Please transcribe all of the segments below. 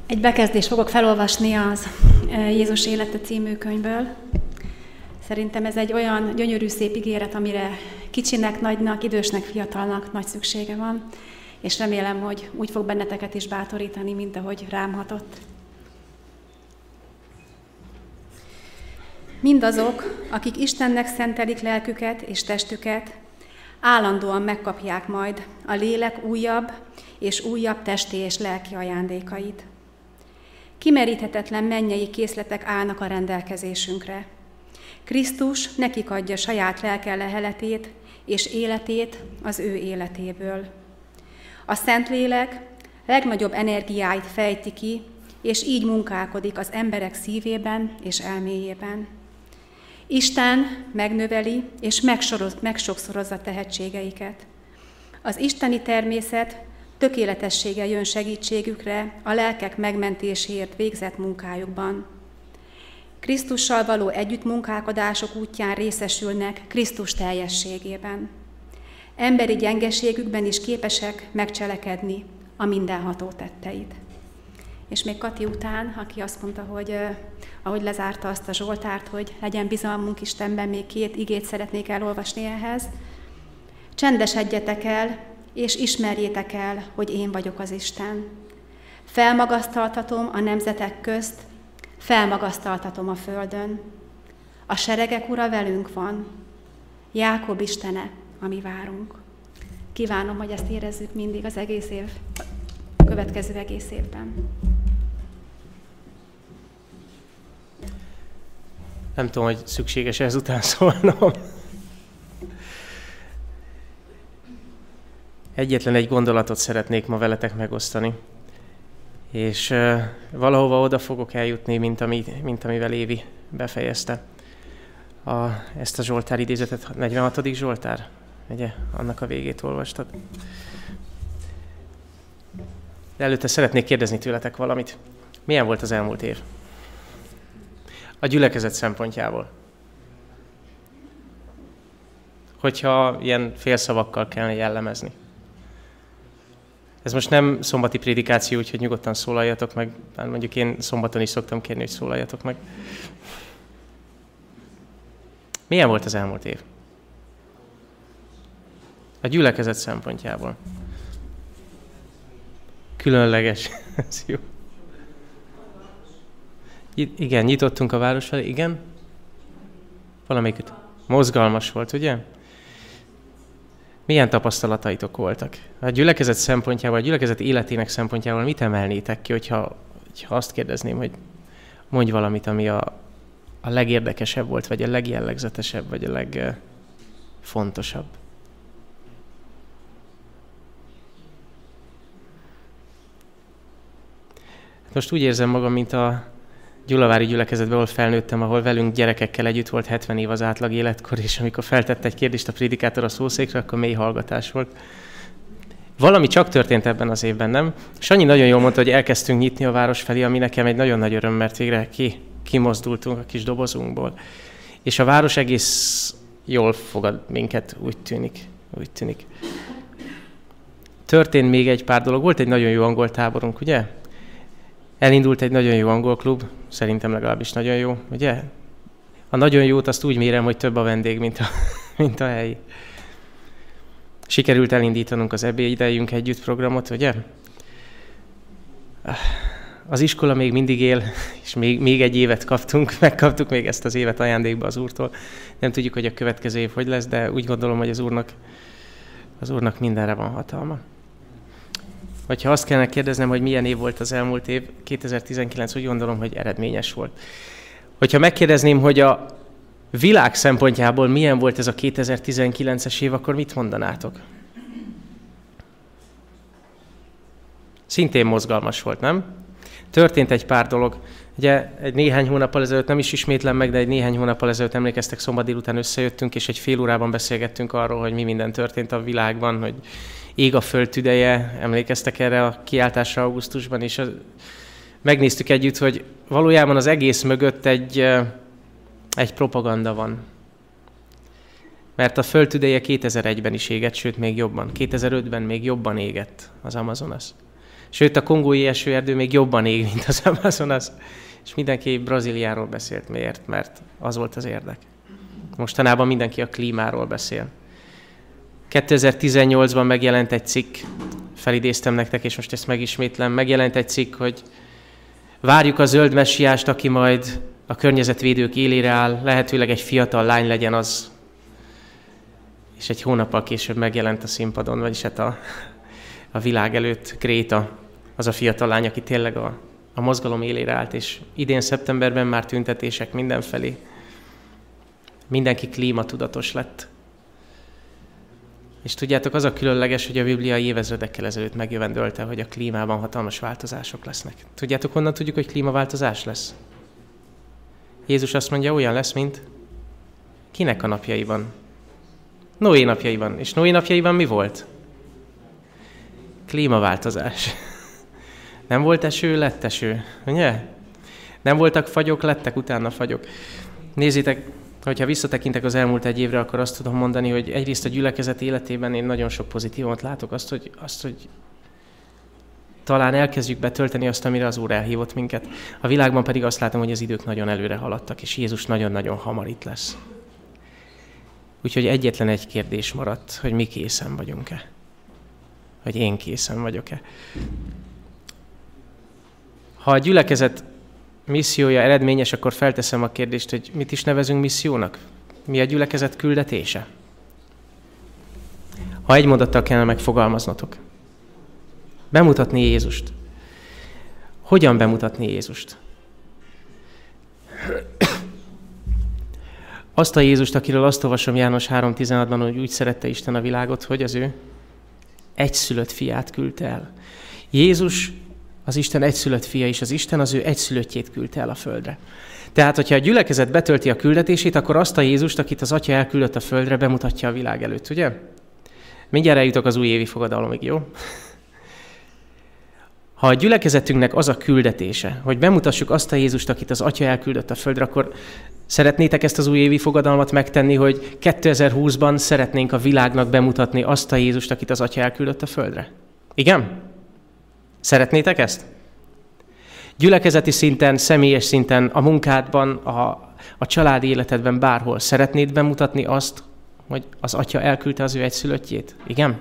Egy bekezdést fogok felolvasni az Jézus élete című könyvből. Szerintem ez egy olyan gyönyörű, szép ígéret, amire kicsinek, nagynak, idősnek, fiatalnak nagy szüksége van, és remélem, hogy úgy fog benneteket is bátorítani, mint ahogy rám hatott. Mindazok, akik Istennek szentelik lelküket és testüket, állandóan megkapják majd a lélek újabb és újabb testi és lelki ajándékait. Kimeríthetetlen mennyei készletek állnak a rendelkezésünkre. Krisztus nekik adja saját lelke leheletét és életét az ő életéből. A Szentlélek legnagyobb energiáit fejti ki, és így munkálkodik az emberek szívében és elméjében. Isten megnöveli és megsokszorozza tehetségeiket. Az isteni természet tökéletessége jön segítségükre a lelkek megmentéséért végzett munkájukban. Krisztussal való együttmunkálkodások útján részesülnek Krisztus teljességében. Emberi gyengeségükben is képesek megcselekedni a mindenható tetteit. És még Kati után, aki azt mondta, hogy ahogy lezárta azt a Zsoltárt, hogy legyen bizalmunk Istenben, még 2 igét szeretnék elolvasni ehhez. Csendesedjetek el, és ismerjétek el, hogy én vagyok az Isten. Felmagasztaltatom a nemzetek közt, felmagasztaltatom a földön. A seregek ura velünk van, Jákob Istene, ami várunk. Kívánom, hogy ezt érezzük mindig az egész év, a következő egész évben. Nem tudom, hogy szükséges ezután szólnom. Egyetlen egy gondolatot szeretnék ma veletek megosztani. És valahova oda fogok eljutni, mint amivel Évi befejezte. Ezt a Zsoltár idézetet, 46. Zsoltár, ugye? Annak a végét olvastad. De előtte szeretnék kérdezni tőletek valamit. Milyen volt az elmúlt év? A gyülekezet szempontjából. Hogyha ilyen félszavakkal kellene jellemezni. Ez most nem szombati prédikáció, úgyhogy nyugodtan szólaljatok meg. Mondjuk én szombaton is szoktam kérni, hogy szólaljatok meg. Milyen volt az elmúlt év? A gyülekezet szempontjából. Különleges. Ez jó. Igen, nyitottunk a város felé. Igen? Valamelyikütt. Mozgalmas volt, ugye? Milyen tapasztalataitok voltak? A gyülekezet szempontjából, a gyülekezet életének szempontjából mit emelnétek ki, hogyha azt kérdezném, hogy mondj valamit, ami a legérdekesebb volt, vagy a legjellegzetesebb, vagy a legfontosabb? Most úgy érzem magam, mint a gyulavári gyülekezetben, ahol felnőttem, ahol velünk gyerekekkel együtt volt 70 év az átlag életkor, és amikor feltette egy kérdést a prédikátor a szószékre, akkor mély hallgatás volt. Valami csak történt ebben az évben, nem? Sanyi nagyon jól mondta, hogy elkezdtünk nyitni a város felé, ami nekem egy nagyon nagy öröm, mert végre kimozdultunk a kis dobozunkból. És a város egész jól fogad minket, úgy tűnik. Történt még egy pár dolog. Volt egy nagyon jó angol táborunk, ugye? Elindult egy nagyon jó angol klub, szerintem legalábbis nagyon jó, ugye? A nagyon jót azt úgy mérem, hogy több a vendég, mint a helyi. Sikerült elindítanunk az ebédidejünk együtt programot, ugye? Az iskola még mindig él, és még egy évet megkaptuk még ezt az évet ajándékba az Úrtól. Nem tudjuk, hogy a következő év hogy lesz, de úgy gondolom, hogy az Úrnak mindenre van hatalma. Hogyha azt kellene kérdeznem, hogy milyen év volt az elmúlt év, 2019, úgy gondolom, hogy eredményes volt. Hogyha megkérdezném, hogy a világ szempontjából milyen volt ez a 2019-es év, akkor mit mondanátok? Szintén mozgalmas volt, nem? Történt egy pár dolog. Ugye egy néhány hónappal ezelőtt, nem is ismétlem meg, de egy néhány hónappal ezelőtt emlékeztek, szombat délután összejöttünk, és egy fél órában beszélgettünk arról, hogy mi minden történt a világban, hogy ég a föld tüdeje, emlékeztek erre a kiáltásra augusztusban, és megnéztük együtt, hogy valójában az egész mögött egy propaganda van. Mert a föld tüdeje 2001-ben is égett, sőt még jobban. 2005-ben még jobban égett az Amazonas. Sőt, a kongói esőerdő még jobban ég, mint az Amazonas. És mindenki Brazíliáról beszélt. Miért? Mert az volt az érdek. Mostanában mindenki a klímáról beszél. 2018-ban megjelent egy cikk, felidéztem nektek, és most ezt megismétlem, megjelent egy cikk, hogy várjuk a zöld messiást, aki majd a környezetvédők élére áll, lehetőleg egy fiatal lány legyen az. És egy hónappal később megjelent a színpadon, vagyis hát a világ előtt Gréta, az a fiatal lány, aki tényleg a mozgalom élére állt, és idén szeptemberben már tüntetések mindenfelé. Mindenki klímatudatos lett. És tudjátok, az a különleges, hogy a Biblia évezredekkel ezelőtt megjövendölte, hogy a klímában hatalmas változások lesznek. Tudjátok, honnan tudjuk, hogy klímaváltozás lesz? Jézus azt mondja, olyan lesz, mint kinek a napjaiban? Noé napjaiban. És Noé napjaiban mi volt? Klímaváltozás. Nem volt eső, lett eső. Ugye? Nem voltak fagyok, lettek utána fagyok. Nézzétek, hogyha visszatekintek az elmúlt egy évre, akkor azt tudom mondani, hogy egyrészt a gyülekezet életében én nagyon sok pozitívumot látok. Azt, hogy talán elkezdjük betölteni azt, amire az Úr elhívott minket. A világban pedig azt látom, hogy az idők nagyon előre haladtak, és Jézus nagyon-nagyon hamar itt lesz. Úgyhogy egyetlen egy kérdés maradt, hogy mi készen vagyunk-e? Vagy én készen vagyok-e? Ha a gyülekezet missziója eredményes, akkor felteszem a kérdést, hogy mit is nevezünk missziónak? Mi a gyülekezet küldetése? Ha egy mondattal kellene megfogalmaznotok. Bemutatni Jézust. Hogyan bemutatni Jézust? Azt a Jézust, akiről azt olvasom János 3.16-ban, hogy úgy szerette Isten a világot, hogy az ő egyszülött fiát küldte el. Jézus az Isten egyszülött fia, és az Isten az ő egyszülöttjét küldte el a földre. Tehát, hogyha a gyülekezet betölti a küldetését, akkor azt a Jézust, akit az Atya elküldött a földre, bemutatja a világ előtt, ugye? Mindjárt eljutok az újévi fogadalomig, jó? Ha a gyülekezetünknek az a küldetése, hogy bemutassuk azt a Jézust, akit az Atya elküldött a földre, akkor szeretnétek ezt az újévi fogadalmat megtenni, hogy 2020-ban szeretnénk a világnak bemutatni azt a Jézust, akit az Atya elküldött a földre? Igen? Szeretnétek ezt? Gyülekezeti szinten, személyes szinten, a munkádban, a családi életedben, bárhol szeretnéd bemutatni azt, hogy az Atya elküldte az ő egyszülöttjét? Igen?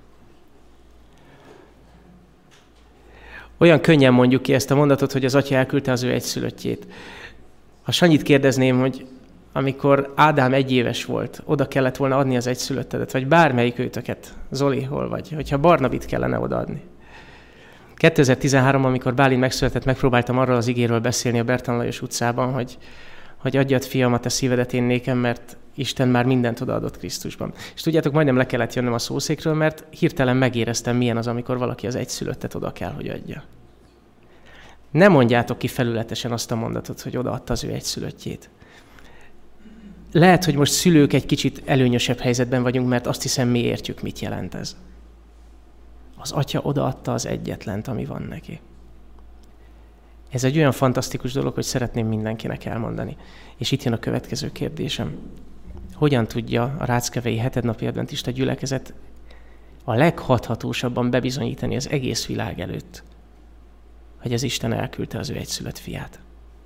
Olyan könnyen mondjuk ki ezt a mondatot, hogy az Atya elküldte az ő egyszülöttjét. Ha Sanyit kérdezném, hogy amikor Ádám 1 éves volt, oda kellett volna adni az egyszülöttedet, vagy bármelyik őtöket, Zoli, hol vagy, hogyha Barnabit kellene odaadni. 2013, amikor Bálint megszületett, megpróbáltam arról az igéről beszélni a Bertalan Lajos utcában, hogy adjad fiamat a szívedet én nékem, mert Isten már mindent odaadott Krisztusban. És tudjátok, majdnem le kellett jönnöm a szószékről, mert hirtelen megéreztem, milyen az, amikor valaki az egyszülöttet oda kell, hogy adja. Ne mondjátok ki felületesen azt a mondatot, hogy odaadta az ő egyszülöttjét. Lehet, hogy most szülők egy kicsit előnyösebb helyzetben vagyunk, mert azt hiszem, mi értjük, mit jelent ez. Az Atya odaadta az egyetlent, ami van neki. Ez egy olyan fantasztikus dolog, hogy szeretném mindenkinek elmondani. És itt jön a következő kérdésem. Hogyan tudja a Ráckevei hetednapi adventista gyülekezet a leghathatósabban bebizonyítani az egész világ előtt, hogy az Isten elküldte az ő egyszülött fiát?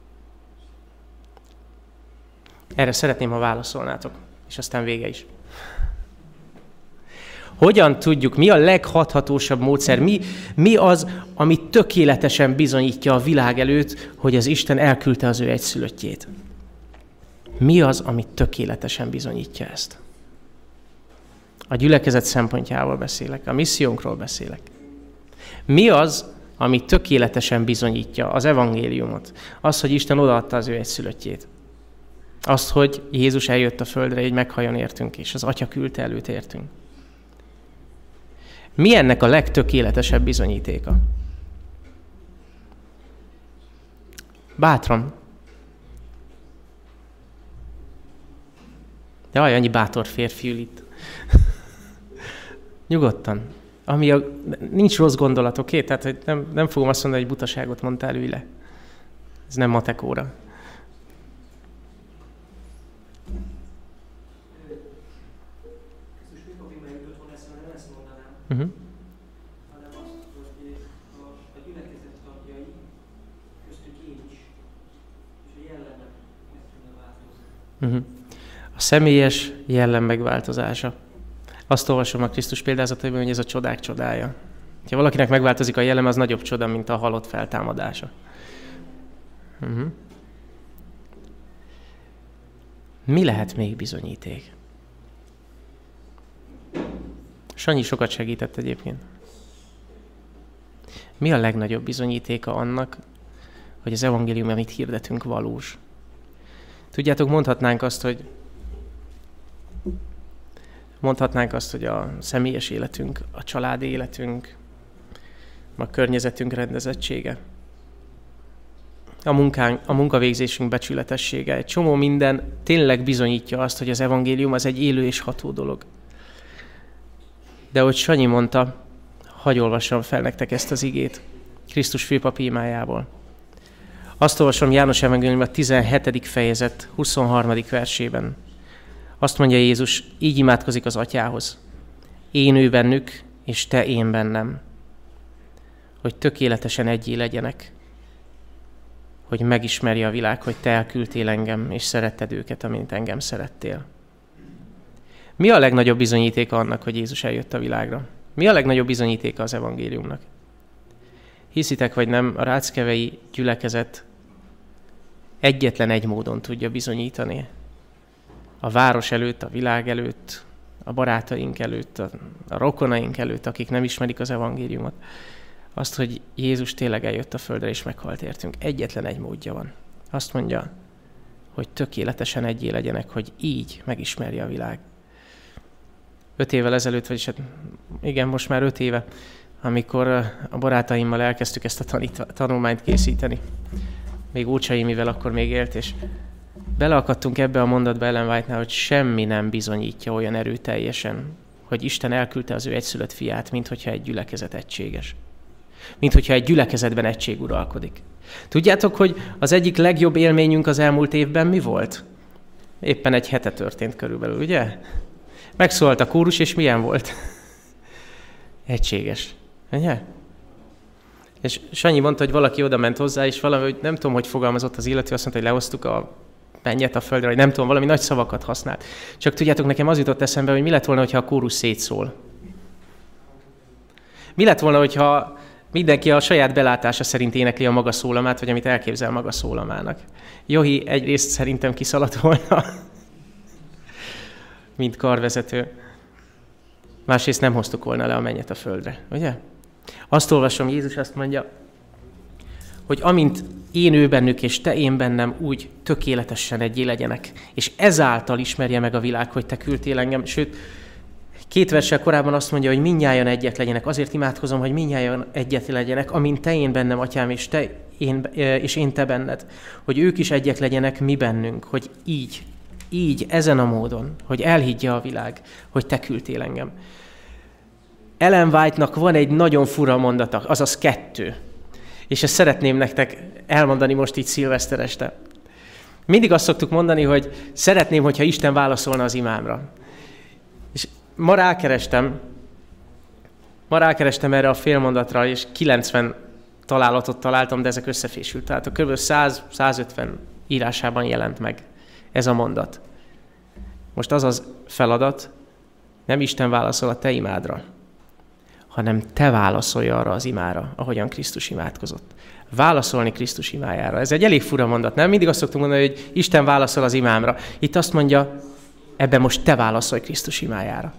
Erre szeretném, ha válaszolnátok, és aztán vége is. Hogyan tudjuk, mi a leghathatósabb módszer, mi az, ami tökéletesen bizonyítja a világ előtt, hogy az Isten elküldte az ő egyszülöttjét? Mi az, ami tökéletesen bizonyítja ezt? A gyülekezet szempontjából beszélek, a missziónkról beszélek. Mi az, ami tökéletesen bizonyítja az evangéliumot? Az, hogy Isten odaadta az ő egyszülöttjét. Azt, hogy Jézus eljött a földre, hogy meghalljon értünk, és az Atya küldte előtt értünk. Mi ennek a legtökéletesebb bizonyítéka? Bátran. Jaj, annyi bátor férfi ül itt. Nyugodtan. Nincs rossz gondolat, oké? Tehát hogy nem fogom azt mondani, hogy butaságot mondtál, ülj le. Ez nem matek óra. Hanem azt, hogy a A személyes jellem megváltozása. Azt olvasom a Krisztus példázataiban, hogy ez a csodák csodája. Ha valakinek megváltozik a jellem, az nagyobb csoda, mint a halott feltámadása. Mi lehet még bizonyíték? Sanyi sokat segített egyébként. Mi a legnagyobb bizonyítéka annak, hogy az evangélium, amit hirdetünk, valós? Tudjátok, mondhatnánk azt, hogy a személyes életünk, a családi életünk, a környezetünk rendezettsége, a munkavégzésünk becsületessége, egy csomó minden tényleg bizonyítja azt, hogy az evangélium az egy élő és ható dolog. De ahogy Sanyi mondta, hadd olvassam fel nektek ezt az igét Krisztus főpapi imájából. Azt olvasom János evangélium a 17. fejezet 23. versében. Azt mondja Jézus, így imádkozik az Atyához. Én ő bennük, és te én bennem. Hogy tökéletesen egyé legyenek. Hogy megismerje a világ, hogy te elküldtél engem, és szeretted őket, amint engem szerettél. Mi a legnagyobb bizonyítéka annak, hogy Jézus eljött a világra? Mi a legnagyobb bizonyítéka az evangéliumnak? Hiszitek vagy nem, a ráckevei gyülekezet egyetlen egy módon tudja bizonyítani. A város előtt, a világ előtt, a barátaink előtt, a rokonaink előtt, akik nem ismerik az evangéliumot. Azt, hogy Jézus tényleg eljött a földre és meghalt értünk. Egyetlen egy módja van. Azt mondja, hogy tökéletesen egyé legyenek, hogy így megismerje a világ. 5 évvel ezelőtt, vagyis hát igen, most már 5 éve, amikor a barátaimmal elkezdtük ezt a tanulmányt készíteni. Még Ócsai, mivel akkor még élt, és beleakadtunk ebbe a mondatba Ellen White-nál, hogy semmi nem bizonyítja olyan erőteljesen, hogy Isten elküldte az ő egyszülött fiát, mint hogyha egy gyülekezet egységes. Mint hogyha egy gyülekezetben egység uralkodik. Tudjátok, hogy az egyik legjobb élményünk az elmúlt évben mi volt? Éppen egy hete történt körülbelül, ugye? Megszólalt a kórus, és milyen volt? Egységes. Ugye? És Sanyi mondta, hogy valaki oda ment hozzá, és valami, hogy nem tudom, hogy fogalmazott az illető, azt mondta, hogy lehoztuk a mennyet a földre, vagy nem tudom, valami nagy szavakat használt. Csak tudjátok, nekem az jutott eszembe, hogy mi lett volna, hogyha a kórus szétszól. Mi lett volna, hogyha mindenki a saját belátása szerint énekli a maga szólamát, vagy amit elképzel maga szólamának. Johi egyrészt szerintem kiszaladt volna, mint karvezető. Másrészt nem hoztuk volna le a mennyet a földre, ugye? Azt olvasom, Jézus azt mondja, hogy amint én ő bennük, és te én bennem, úgy tökéletesen egyé legyenek. És ezáltal ismerje meg a világ, hogy te küldtél engem. Sőt, 2 verssel korábban azt mondja, hogy mindnyájan egyet legyenek. Azért imádkozom, hogy mindnyájan egyet legyenek, amint te én bennem, Atyám, és én te benned. Hogy ők is egyek legyenek, mi bennünk. Hogy így, ezen a módon, hogy elhiggye a világ, hogy te küldtél engem. Ellen White-nak van egy nagyon fura mondata, azaz 2. És ezt szeretném nektek elmondani most így szilveszter este. Mindig azt szoktuk mondani, hogy szeretném, hogyha Isten válaszolna az imámra. És ma rákerestem erre a félmondatra, és 90 találatot találtam, de ezek összefésült. Tehát kb. 100-150 írásában jelent meg ez a mondat. Most az feladat, nem Isten válaszol a te imádra, hanem te válaszolj arra az imára, ahogyan Krisztus imádkozott. Válaszolni Krisztus imájára. Ez egy elég fura mondat, nem? Mindig azt szoktunk mondani, hogy Isten válaszol az imámra. Itt azt mondja, ebben most te válaszolj Krisztus imájára.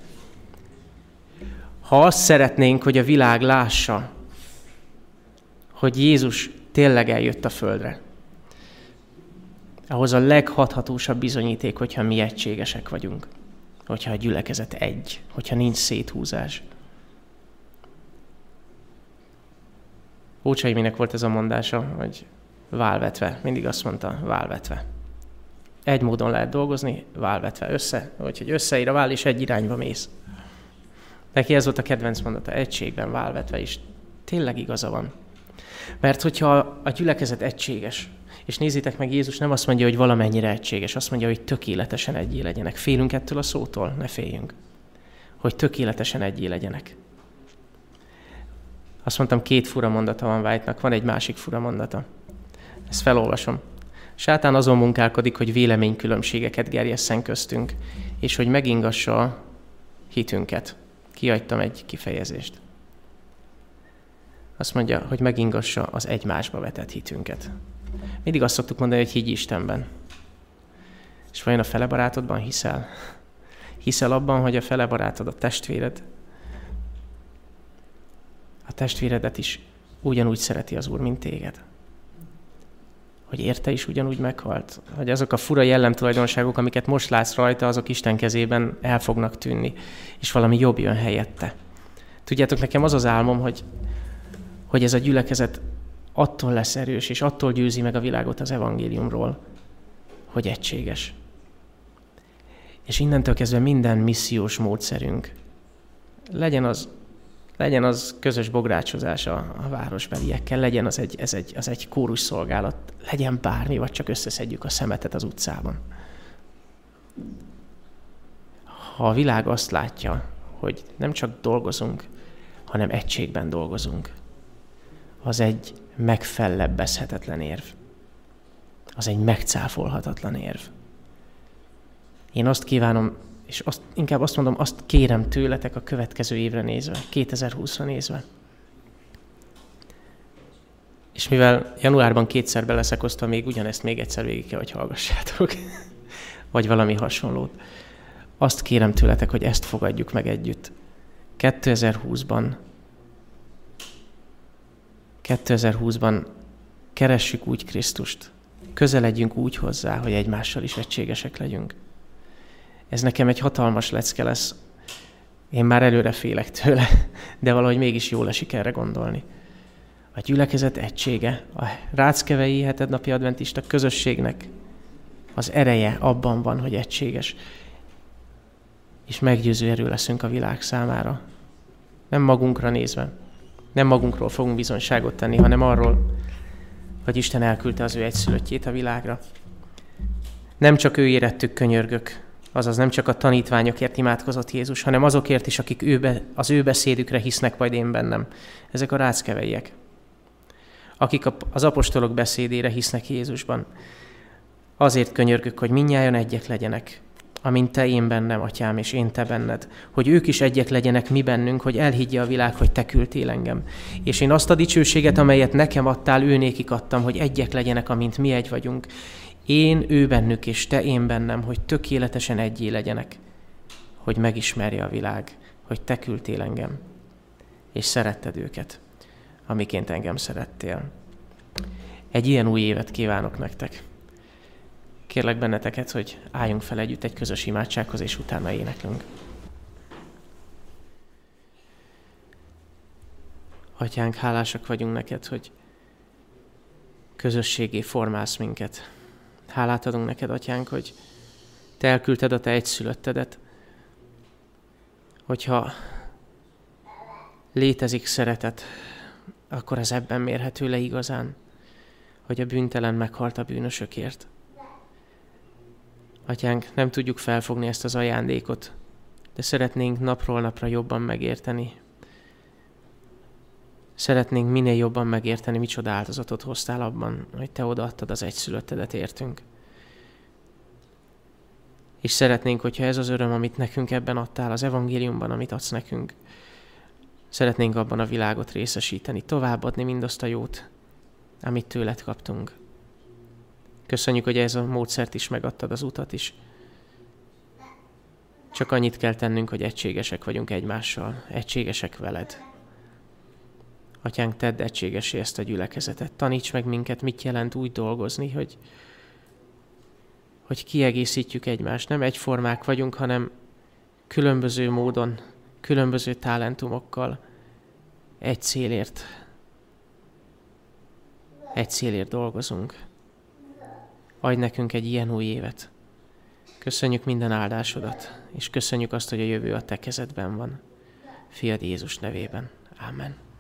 Ha azt szeretnénk, hogy a világ lássa, hogy Jézus tényleg eljött a földre, ahhoz a leghathatósabb bizonyíték, hogyha mi egységesek vagyunk. Hogyha a gyülekezet egy, hogyha nincs széthúzás. Ócsai minek volt ez a mondása, hogy válvetve. Mindig azt mondta, válvetve. Egy módon lehet dolgozni, válvetve úgyhogy összeír a váll, és egy irányba mész. Neki ez volt a kedvenc mondata, egységben válvetve is. Tényleg igaza van. Mert hogyha a gyülekezet egységes, és nézzétek meg, Jézus nem azt mondja, hogy valamennyire egységes, azt mondja, hogy tökéletesen egyé legyenek. Félünk ettől a szótól? Ne féljünk. Hogy tökéletesen egyé legyenek. Azt mondtam, 2 fura mondata van White-nak, van egy másik fura mondata. Ezt felolvasom. Sátán azon munkálkodik, hogy véleménykülönbségeket gerjesszen köztünk, és hogy megingassa a hitünket. Kiadtam egy kifejezést. Azt mondja, hogy megingassa az egymásba vetett hitünket. Mindig azt szoktuk mondani, hogy higgy Istenben. És vajon a fele barátodban hiszel? Hiszel abban, hogy a fele barátod, a testvéred? A testvéredet is ugyanúgy szereti az Úr, mint téged? Hogy érte is ugyanúgy meghalt? Hogy azok a fura jellemtulajdonságok, amiket most látsz rajta, azok Isten kezében el fognak tűnni, és valami jobb jön helyette. Tudjátok, nekem az az álmom, hogy ez a gyülekezet attól lesz erős, és attól győzi meg a világot az evangéliumról, hogy egységes. És innentől kezdve minden missziós módszerünk legyen az közös bográcsozás a városbeliekkel, legyen az egy kórus szolgálat, legyen bármi, vagy csak összeszedjük a szemetet az utcában. Ha a világ azt látja, hogy nem csak dolgozunk, hanem egységben dolgozunk, az egy megfellebbezhetetlen érv. Az egy megcáfolhatatlan érv. Én azt kívánom, és inkább azt mondom, azt kérem tőletek a következő évre nézve, 2020-ra nézve. És mivel januárban 2-szer beleszakoztam, még ugyanezt még egyszer végig kell, hogy hallgassátok. Vagy valami hasonlót. Azt kérem tőletek, hogy ezt fogadjuk meg együtt. 2020-ban keressük úgy Krisztust, közeledjünk úgy hozzá, hogy egymással is egységesek legyünk. Ez nekem egy hatalmas lecke lesz. Én már előre félek tőle, de valahogy mégis jól esik erre gondolni. A gyülekezet egysége, a Ráckevei hetednapi adventista közösségnek az ereje abban van, hogy egységes. És meggyőző erő leszünk a világ számára. Nem magunkra nézve, nem magunkról fogunk bizonyságot tenni, hanem arról, hogy Isten elküldte az ő egyszülöttjét a világra. Nem csak ő érettük könyörgök, azaz nem csak a tanítványokért imádkozott Jézus, hanem azokért is, akik az ő beszédükre hisznek majd én bennem. Ezek a ráckeveiek, akik az apostolok beszédére hisznek Jézusban. Azért könyörgök, hogy mindnyájan egyek legyenek, amint te én bennem, atyám, és én te benned, hogy ők is egyek legyenek mi bennünk, hogy elhiggye a világ, hogy te küldtél engem. És én azt a dicsőséget, amelyet nekem adtál, őnékik adtam, hogy egyek legyenek, amint mi egy vagyunk. Én ő bennük, és te én bennem, hogy tökéletesen egyé legyenek, hogy megismerje a világ, hogy te küldtél engem, és szeretted őket, amiként engem szerettél. Egy ilyen új évet kívánok nektek. Kérlek benneteket, hogy álljunk fel együtt egy közös imádsághoz, és utána éneklünk. Atyánk, hálásak vagyunk neked, hogy közösségé formálsz minket. Hálát adunk neked, atyánk, hogy te elküldted a te egyszülöttedet, hogyha létezik szeretet, akkor ez ebben mérhető le igazán, hogy a bűntelen meghalt a bűnösökért. Atyánk, nem tudjuk felfogni ezt az ajándékot, de szeretnénk napról napra jobban megérteni. Szeretnénk minél jobban megérteni, micsoda áldozatot hoztál abban, hogy te odaadtad az egyszülöttedet értünk. És szeretnénk, hogyha ez az öröm, amit nekünk ebben adtál, az evangéliumban, amit adsz nekünk, szeretnénk abban a világot részesíteni, továbbadni mindazt a jót, amit tőled kaptunk. Köszönjük, hogy ez a módszert is megadtad, az utat is. Csak annyit kell tennünk, hogy egységesek vagyunk egymással, egységesek veled. Atyánk, tedd egységessé ezt a gyülekezetet. Taníts meg minket, mit jelent úgy dolgozni, hogy kiegészítjük egymást. Nem egyformák vagyunk, hanem különböző módon, különböző talentumokkal egy célért dolgozunk. Adj nekünk egy ilyen új évet. Köszönjük minden áldásodat, és köszönjük azt, hogy a jövő a te kezedben van. Fiad Jézus nevében. Ámen.